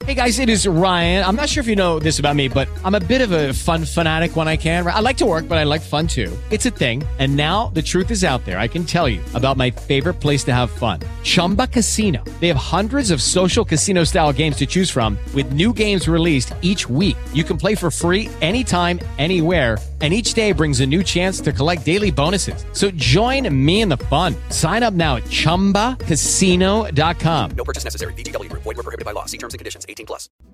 Hey guys, it is Ryan. I'm not sure if you know this about me, but I'm a bit of a fun fanatic when I can. I like to work, but I like fun too. It's a thing. And now the truth is out there. I can tell you about my favorite place to have fun. Chumba Casino. They have hundreds of social casino style games to choose from with new games released each week. You can play for free anytime, anywhere. And each day brings a new chance to collect daily bonuses. So join me in the fun. Sign up now at ChumbaCasino.com. No purchase necessary. VGW Group. Void where prohibited by law. See terms and conditions. 18+.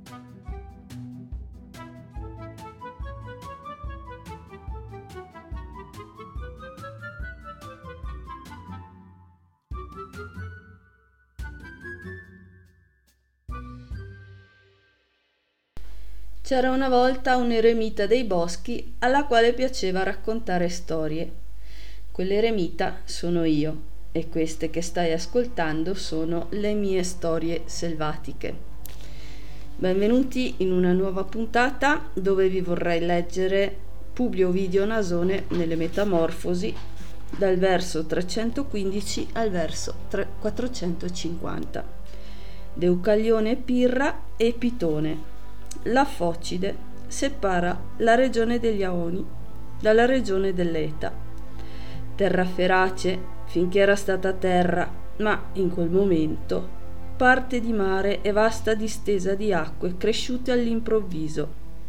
C'era una volta un eremita dei boschi alla quale piaceva raccontare storie. Quell'eremita sono io e queste che stai ascoltando sono le mie storie selvatiche. Benvenuti in una nuova puntata dove vi vorrei leggere Publio Ovidio Nasone nelle Metamorfosi dal verso 315 al verso 450. Deucalione Pirra e Pitone. La Focide separa la regione degli Aoni dalla regione dell'Eta. Terra ferace finché era stata terra, ma in quel momento parte di mare e vasta distesa di acque cresciute all'improvviso.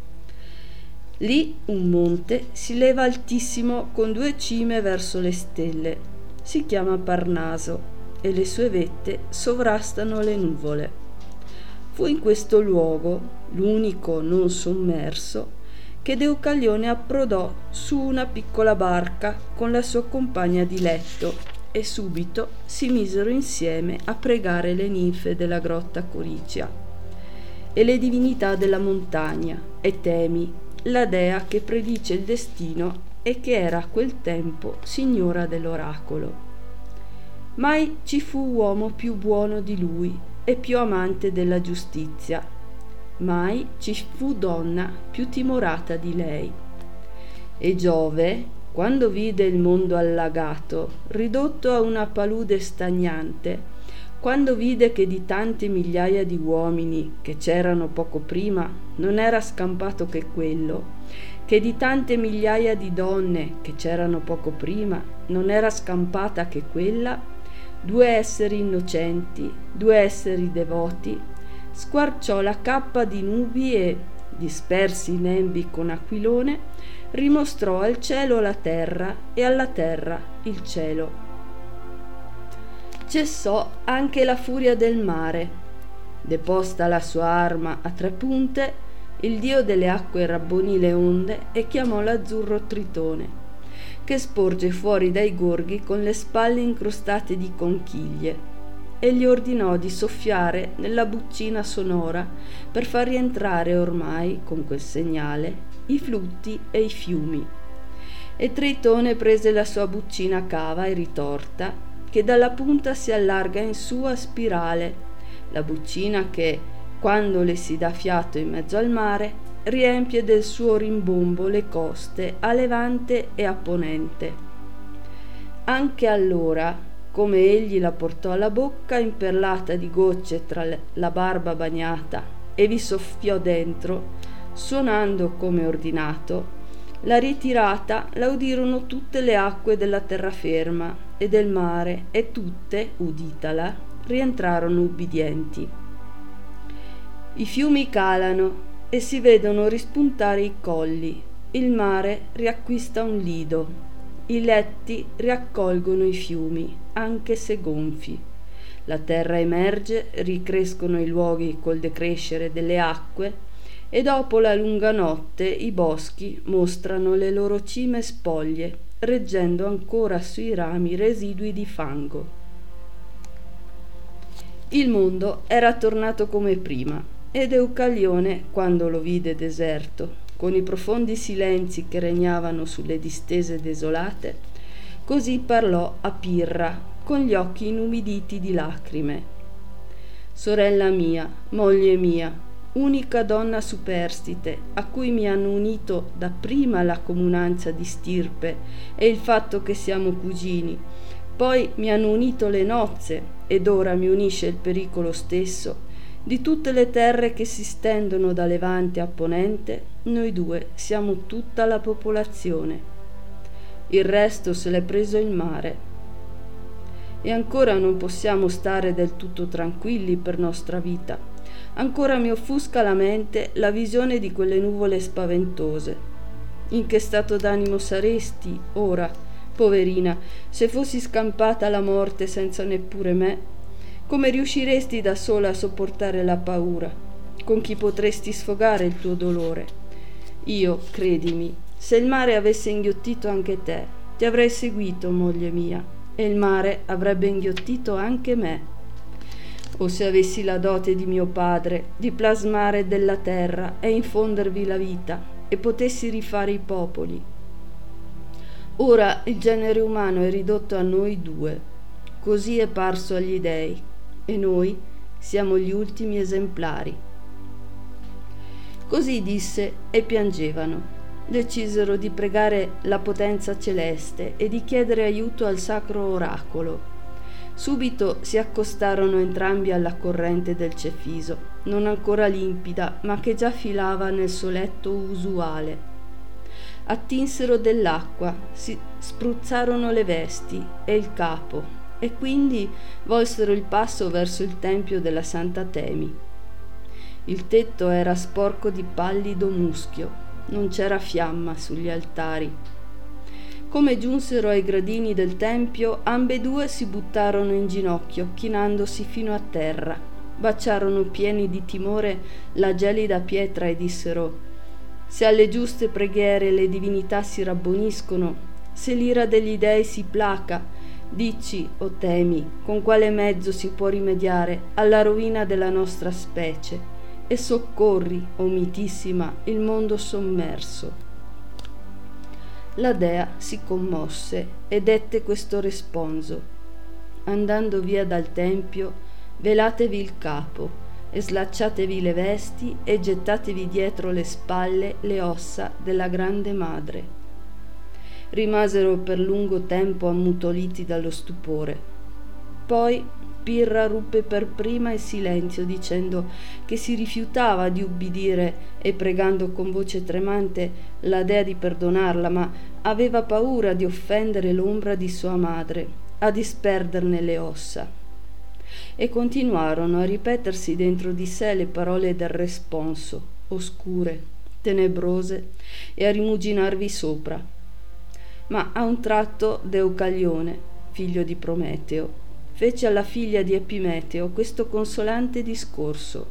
Lì un monte si leva altissimo con due cime verso le stelle. Si chiama Parnaso e le sue vette sovrastano le nuvole. Fu in questo luogo, l'unico non sommerso, che Deucalione approdò su una piccola barca con la sua compagna di letto e subito si misero insieme a pregare le ninfe della grotta Coricia e le divinità della montagna e Temi, la dea che predice il destino e che era a quel tempo signora dell'oracolo. Mai ci fu uomo più buono di lui e più amante della giustizia. Mai ci fu donna più timorata di lei. E Giove, quando vide il mondo allagato, ridotto a una palude stagnante, quando vide che di tante migliaia di uomini che c'erano poco prima non era scampato che quello, che di tante migliaia di donne che c'erano poco prima non era scampata che quella, due esseri innocenti, due esseri devoti, squarciò la cappa di nubi e, dispersi i nembi con aquilone, rimostrò al cielo la terra e alla terra il cielo. Cessò anche la furia del mare. Deposta la sua arma a tre punte, il dio delle acque rabbonì le onde e chiamò l'azzurro Tritone, che sporge fuori dai gorghi con le spalle incrostate di conchiglie, e gli ordinò di soffiare nella buccina sonora per far rientrare ormai, con quel segnale, i flutti e i fiumi. E Tritone prese la sua buccina cava e ritorta, che dalla punta si allarga in su a spirale, la buccina che, quando le si dà fiato in mezzo al mare, riempie del suo rimbombo le coste a levante e a ponente. Anche allora, come egli la portò alla bocca imperlata di gocce tra la barba bagnata e vi soffiò dentro, suonando come ordinato, la ritirata la udirono tutte le acque della terraferma e del mare e tutte, uditala, rientrarono ubbidienti. I fiumi calano e si vedono rispuntare i colli, il mare riacquista un lido, i letti riaccolgono i fiumi, anche se gonfi. La terra emerge, ricrescono i luoghi col decrescere delle acque e dopo la lunga notte i boschi mostrano le loro cime spoglie, reggendo ancora sui rami residui di fango. Il mondo era tornato come prima ed Deucalione, quando lo vide deserto, con i profondi silenzi che regnavano sulle distese desolate, così parlò a Pirra, con gli occhi inumiditi di lacrime. Sorella mia, moglie mia, unica donna superstite, a cui mi hanno unito dapprima la comunanza di stirpe e il fatto che siamo cugini, poi mi hanno unito le nozze ed ora mi unisce il pericolo stesso, Di tutte le terre che si stendono da levante a ponente, noi due siamo tutta la popolazione. Il resto se l'è preso il mare. E ancora non possiamo stare del tutto tranquilli per nostra vita. Ancora mi offusca la mente la visione di quelle nuvole spaventose. In che stato d'animo saresti ora, poverina, se fossi scampata alla morte senza neppure me? Come riusciresti da sola a sopportare la paura? Con chi potresti sfogare il tuo dolore? Io, credimi, se il mare avesse inghiottito anche te, ti avrei seguito, moglie mia, e il mare avrebbe inghiottito anche me. O se avessi la dote di mio padre di plasmare della terra e infondervi la vita e potessi rifare i popoli. Ora il genere umano è ridotto a noi due, così è parso agli dei, e noi siamo gli ultimi esemplari. Così disse e piangevano. Decisero di pregare la potenza celeste e di chiedere aiuto al sacro oracolo. Subito si accostarono entrambi alla corrente del Cefiso, non ancora limpida, ma che già filava nel soletto usuale. Attinsero dell'acqua, si spruzzarono le vesti e il capo, e quindi volsero il passo verso il tempio della Santa Temi. Il tetto era sporco di pallido muschio. Non c'era fiamma sugli altari. Come giunsero ai gradini del tempio, ambedue si buttarono in ginocchio, chinandosi fino a terra. Baciarono pieni di timore la gelida pietra e dissero: se alle giuste preghiere le divinità si rabboniscono, se l'ira degli dei si placa, dici, o Temi, con quale mezzo si può rimediare alla rovina della nostra specie, e soccorri, o mitissima, il mondo sommerso. La dea si commosse e dette questo responso: andando via dal tempio, velatevi il capo e slacciatevi le vesti e gettatevi dietro le spalle le ossa della grande madre. Rimasero per lungo tempo ammutoliti dallo stupore. Poi Pirra ruppe per prima il silenzio, dicendo che si rifiutava di ubbidire e pregando con voce tremante la dea di perdonarla, ma aveva paura di offendere l'ombra di sua madre, a disperderne le ossa. E continuarono a ripetersi dentro di sé le parole del responso, oscure, tenebrose, e a rimuginarvi sopra. Ma a un tratto Deucalione, figlio di Prometeo, fece alla figlia di Epimeteo questo consolante discorso: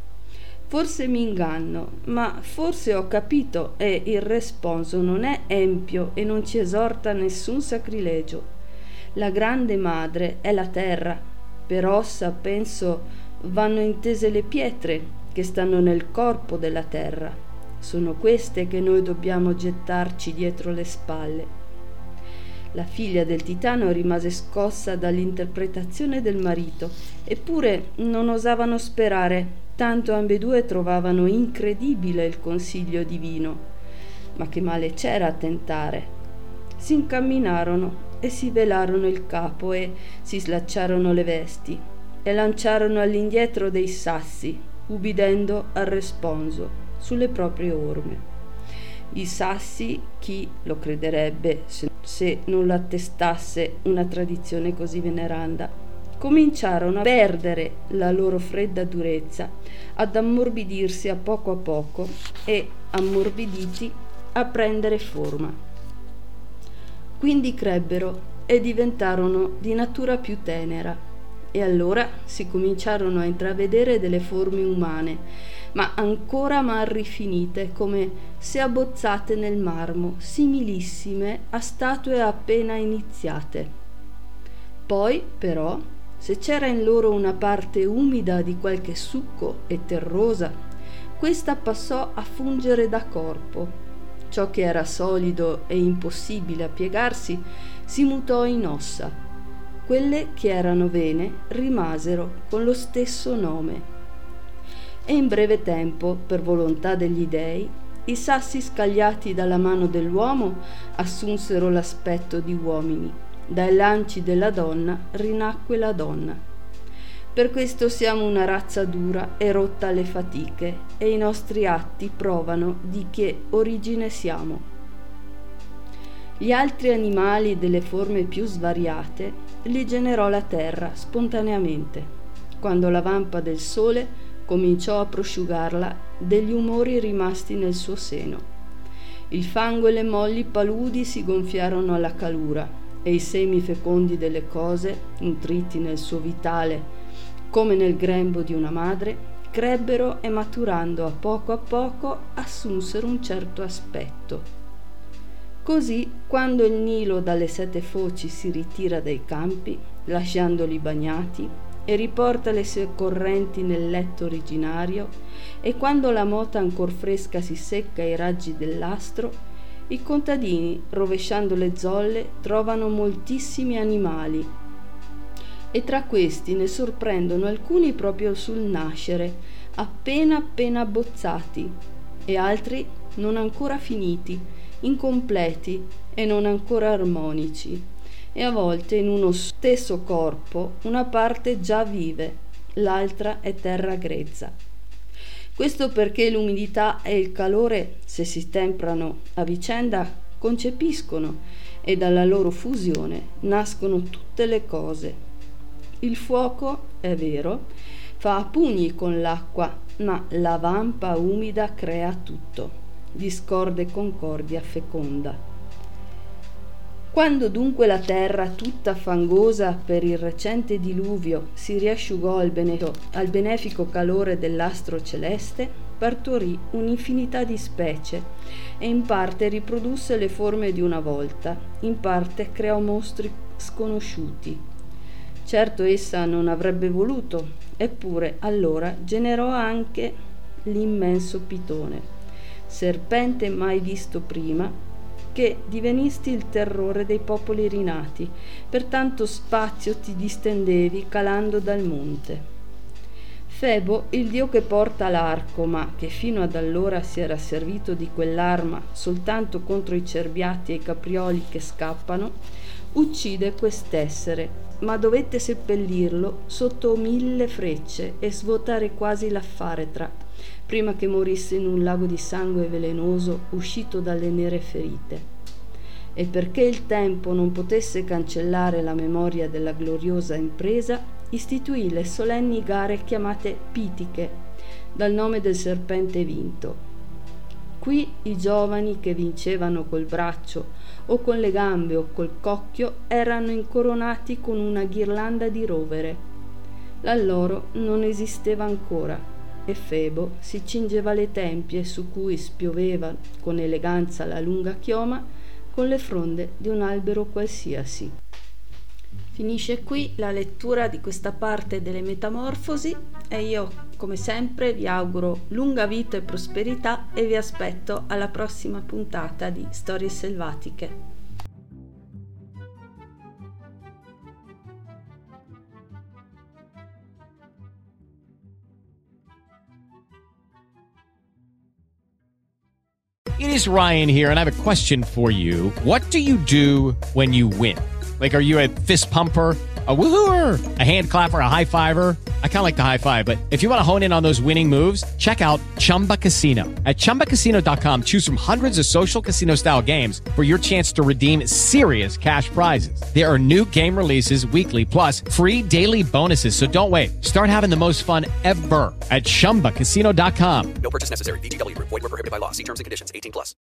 forse mi inganno, ma forse ho capito, e il responso non è empio e non ci esorta a nessun sacrilegio. La grande madre è la terra, per ossa penso vanno intese le pietre che stanno nel corpo della terra. Sono queste che noi dobbiamo gettarci dietro le spalle. La figlia del titano rimase scossa dall'interpretazione del marito, eppure non osavano sperare, tanto ambedue trovavano incredibile il consiglio divino. Ma che male c'era a tentare? Si incamminarono e si velarono il capo e si slacciarono le vesti e lanciarono all'indietro dei sassi, ubbidendo al responso sulle proprie orme. I sassi, chi lo crederebbe se non lo attestasse una tradizione così veneranda, cominciarono a perdere la loro fredda durezza, ad ammorbidirsi a poco e, ammorbiditi, a prendere forma. Quindi crebbero e diventarono di natura più tenera, e allora si cominciarono a intravedere delle forme umane, ma ancora mal rifinite, come se abbozzate nel marmo, similissime a statue appena iniziate. Poi, però, se c'era in loro una parte umida di qualche succo e terrosa, questa passò a fungere da corpo. Ciò che era solido e impossibile a piegarsi si mutò in ossa. Quelle che erano vene rimasero con lo stesso nome. E in breve tempo, per volontà degli dei, i sassi scagliati dalla mano dell'uomo assunsero l'aspetto di uomini. Dai lanci della donna rinacque la donna. Per questo siamo una razza dura e rotta alle fatiche, e i nostri atti provano di che origine siamo. Gli altri animali delle forme più svariate li generò la terra spontaneamente, quando la vampa del sole cominciò a prosciugarla degli umori rimasti nel suo seno. Il fango e le molli paludi si gonfiarono alla calura, e i semi fecondi delle cose, nutriti nel suo vitale come nel grembo di una madre, crebbero e maturando a poco assunsero un certo aspetto. Così, quando il Nilo dalle 7 foci si ritira dai campi, lasciandoli bagnati, e riporta le sue correnti nel letto originario, e quando la mota ancor fresca si secca ai raggi dell'astro, i contadini, rovesciando le zolle, trovano moltissimi animali, e tra questi ne sorprendono alcuni proprio sul nascere, appena abbozzati, e altri non ancora finiti, incompleti e non ancora armonici, e a volte in uno stesso corpo una parte già vive, l'altra è terra grezza. Questo perché l'umidità e il calore, se si temprano a vicenda, concepiscono, e dalla loro fusione nascono tutte le cose. Il fuoco, è vero, fa a pugni con l'acqua, ma la vampa umida crea tutto, discorde e concordia feconda. Quando dunque la terra tutta fangosa per il recente diluvio si riasciugò al benefico calore dell'astro celeste, partorì un'infinità di specie e in parte riprodusse le forme di una volta, in parte creò mostri sconosciuti. Certo essa non avrebbe voluto, eppure allora generò anche l'immenso pitone, serpente mai visto prima, che divenisti il terrore dei popoli rinati, per tanto spazio ti distendevi calando dal monte. Febo, il dio che porta l'arco, ma che fino ad allora si era servito di quell'arma soltanto contro i cerbiati e i caprioli che scappano, uccide quest'essere, ma dovette seppellirlo sotto 1000 frecce e svuotare quasi la faretra, prima che morisse in un lago di sangue velenoso uscito dalle nere ferite. E perché il tempo non potesse cancellare la memoria della gloriosa impresa, istituì le solenni gare chiamate pitiche, dal nome del serpente vinto. Qui i giovani che vincevano col braccio o con le gambe o col cocchio erano incoronati con una ghirlanda di rovere. L'alloro non esisteva ancora e Febo si cingeva le tempie su cui spioveva con eleganza la lunga chioma con le fronde di un albero qualsiasi. Finisce qui la lettura di questa parte delle Metamorfosi e io, come sempre, vi auguro lunga vita e prosperità e vi aspetto alla prossima puntata di Storie Selvatiche. It is Ryan here, and I have a question for you. What do you do when you win? Like, are you a fist pumper, a woohooer, a hand clapper, a high fiver? I kind of like the high five, but if you want to hone in on those winning moves, check out Chumba Casino. At ChumbaCasino.com, choose from hundreds of social casino style games for your chance to redeem serious cash prizes. There are new game releases weekly, plus free daily bonuses. So don't wait. Start having the most fun ever at ChumbaCasino.com. No purchase necessary. VGW Group. Void where prohibited by law. See terms and conditions. 18+.